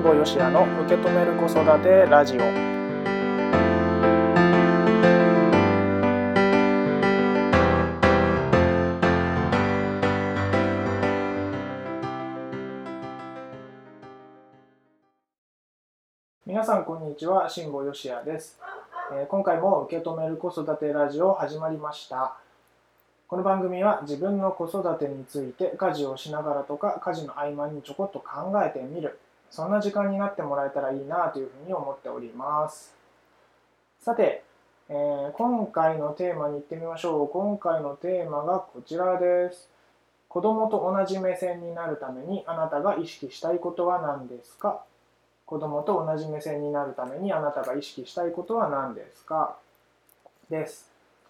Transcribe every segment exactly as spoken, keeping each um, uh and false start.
吾よしやの受け止める子育てラジオ。皆さんこんにちは、辛坊よしやです。えー、今回も受け止める子育てラジオ始まりました。この番組は自分の子育てについて家事をしながらとか家事の合間にちょこっと考えてみる、そんな時間になってもらえたらいいなというふうに思っております。さて、えー、今回のテーマに行ってみましょう。今回のテーマがこちらです。子供と同じ目線になるためにあなたが意識したいことは何ですか？子供と同じ目線になるためにあなたが意識したいことは何ですか？です。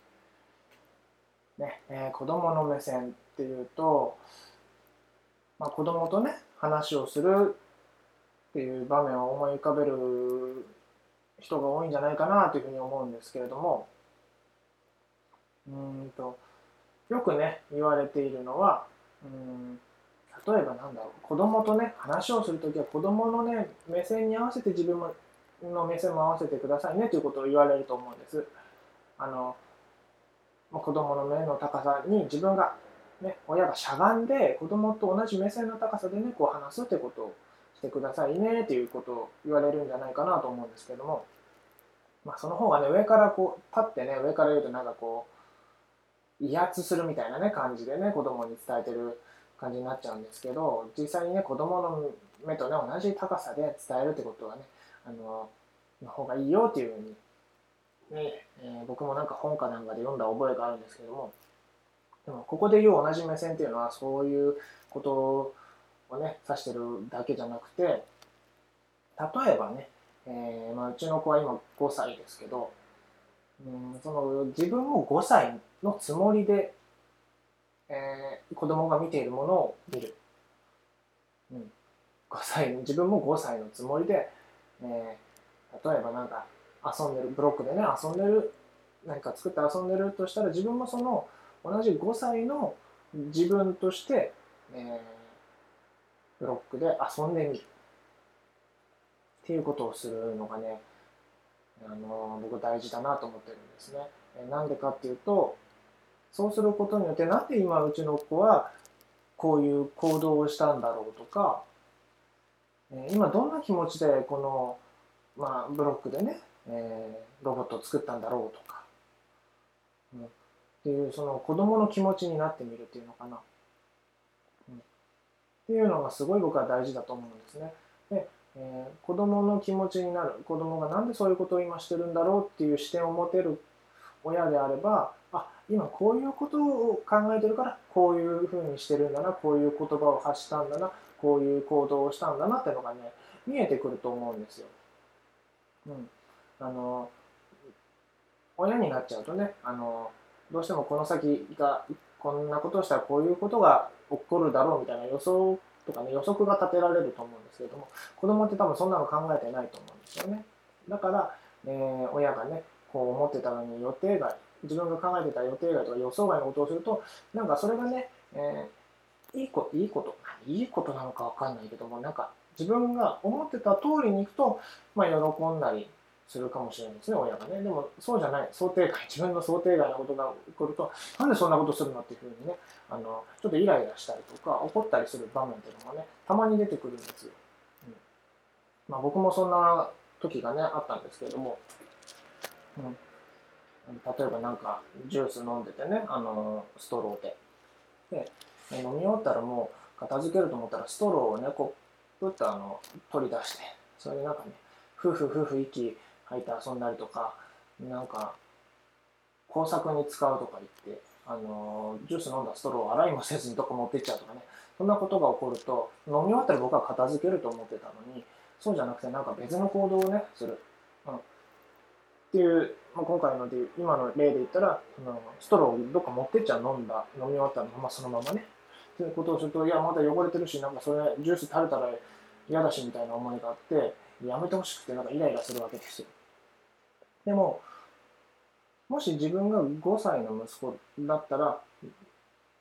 ねえー、子供の目線っていうと、まあ、子供とね話をするっていう場面を思い浮かべる人が多いんじゃないかなというふうに思うんですけれども、うーんとよくね言われているのは、うーん例えばなんだろう、子供とね話をするときは子供のね目線に合わせて自分の目線も合わせてくださいねということを言われると思うんです。あの子供の目の高さに自分が、ね、親がしゃがんで子供と同じ目線の高さでねこう話すってことをしてくださいねということを言われるんじゃないかなと思うんですけども、まあ、その方がね上からこう立ってね上から言うとなんかこう威圧するみたいなね感じでね子供に伝えてる感じになっちゃうんですけど、実際にね子供の目とね同じ高さで伝えるってことはねあのの方がいいよっていうふうにね、えー、僕もなんか本かなんかで読んだ覚えがあるんですけども、でもここで言う同じ目線っていうのはそういうことをね指してるだけじゃなくて、例えばね、えーまあ、うちの子は今ごさいですけど、うん、その自分もごさいのつもりで、えー、子供が見ているものを見る、うん、ごさい自分もごさいのつもりで、えー、例えばなんか遊んでるブロックでね遊んでる何か作って遊んでるとしたら自分もその同じごさいの自分として、えー、ブロックで遊んでみるっていうことをするのがね、あの僕大事だなと思ってるんですね。なんでかっていうと、そうすることによってなんで今うちの子はこういう行動をしたんだろうとか、今どんな気持ちでこの、まあ、ブロックでね、えー、ロボットを作ったんだろうとか、うん、っていうその子供の気持ちになってみるっていうのかな、うん、っていうのがすごい僕は大事だと思うんですね。で、えー、子供の気持ちになる、子供がなんでそういうことを今してるんだろうっていう視点を持てる親であれば、あ、今こういうことを考えてるからこういうふうにしてるんだな、こういう言葉を発したんだな、こういう行動をしたんだなっていうのがね見えてくると思うんですよ。うん、あの親になっちゃうとね、あのどうしてもこの先がこんなことをしたらこういうことが起こるだろうみたいな予想とかね予測が立てられると思うんですけれども、子供って多分そんなの考えてないと思うんですよね。だから、えー、親がねこう思ってたのに予定外、自分が考えてた予定外とか予想外のことをすると、なんかそれがね、えー、いいこといいこといいことなのか分かんないけども、なんか自分が思ってた通りにいくと、まあ、喜んだりするかもしれないですね、親がね。でもそうじゃない、想定外、自分の想定外のことが起こると、なんでそんなことするのっていうふうにね、あのちょっとイライラしたりとか怒ったりする場面っていうのがねたまに出てくるんですよ。うん、まあ、僕もそんな時がねあったんですけれども、うん、例えばなんかジュース飲んでてね、あのストローでで飲み終わったらもう片付けると思ったらストローをねこうプッとあの取り出して、それでなんかねふふふふ息吐いて遊んだりとか、なんか工作に使うとか言って、あのジュース飲んだストローを洗いもせずにどこ持ってっちゃうとかね、そんなことが起こると飲み終わったら僕は片付けると思ってたのに、そうじゃなくてなんか別の行動をねする、うん、っていう、まあ、今回ので今の例で言ったらそのストローをどっか持ってっちゃう、飲んだ飲み終わったのままそのままねということをすると、いやまだ汚れてるし、なんかそれジュース垂れたら嫌だしみたいな思いがあってやめてほしくてなんかイライラするわけですよ。でももし自分がごさいの息子だったら、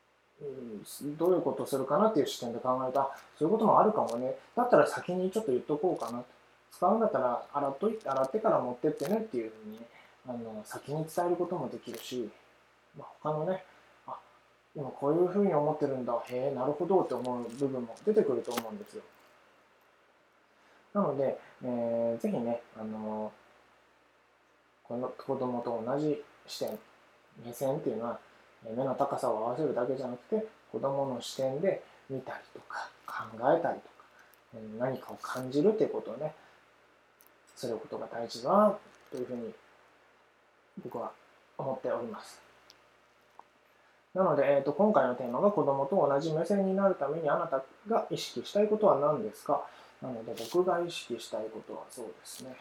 うん、どういうことをするかなっていう視点で考えた、そういうこともあるかもね。だったら先にちょっと言っとこうかな。使うんだったら洗っといて、洗ってから持ってってねっていうふうに、ね、あの先に伝えることもできるし、まあ、他のね、あ、今こういうふうに思ってるんだ、へえ、なるほどって思う部分も出てくると思うんですよ。なので、えー、ぜひね、あのこの子供と同じ視点、目線っていうのは、目の高さを合わせるだけじゃなくて、子供の視点で見たりとか、考えたりとか、何かを感じるということをね、することが大事だなというふうに僕は思っております。なので、えー、と今回のテーマが子供と同じ目線になるためにあなたが意識したいことは何ですか。なので僕が意識したいことはそうですね。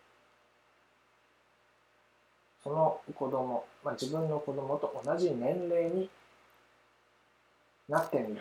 その子供、まあ、自分の子供と同じ年齢になってみる。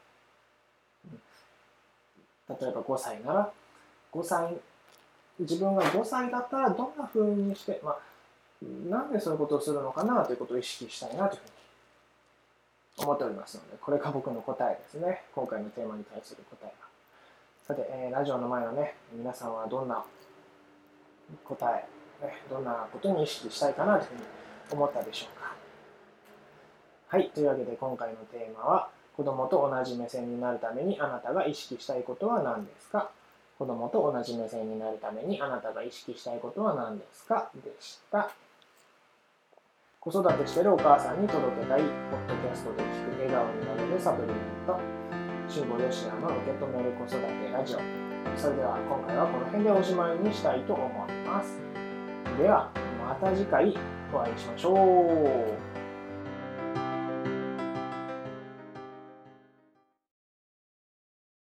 例えばごさいなら、ごさい、自分がごさいだったらどんな風にして、まあ、なんでそういうことをするのかなということを意識したいなというふうに思っておりますので、これが僕の答えですね。今回のテーマに対する答えが。さて、えー、ラジオの前のね、皆さんはどんな答え、ね、どんなことに意識したいかなというふうに思ったでしょうか。はい、というわけで今回のテーマは、子供と同じ目線になるためにあなたが意識したいことは何ですか。子供と同じ目線になるためにあなたが意識したいことは何ですかでした。子育てしているお母さんに届けたいポッドキャストで聞く笑顔になれるサプリメント、辛坊よしやの受け止める子育てラジオ。それでは今回はこの辺でおしまいにしたいと思います。ではまた次回お会いしましょう。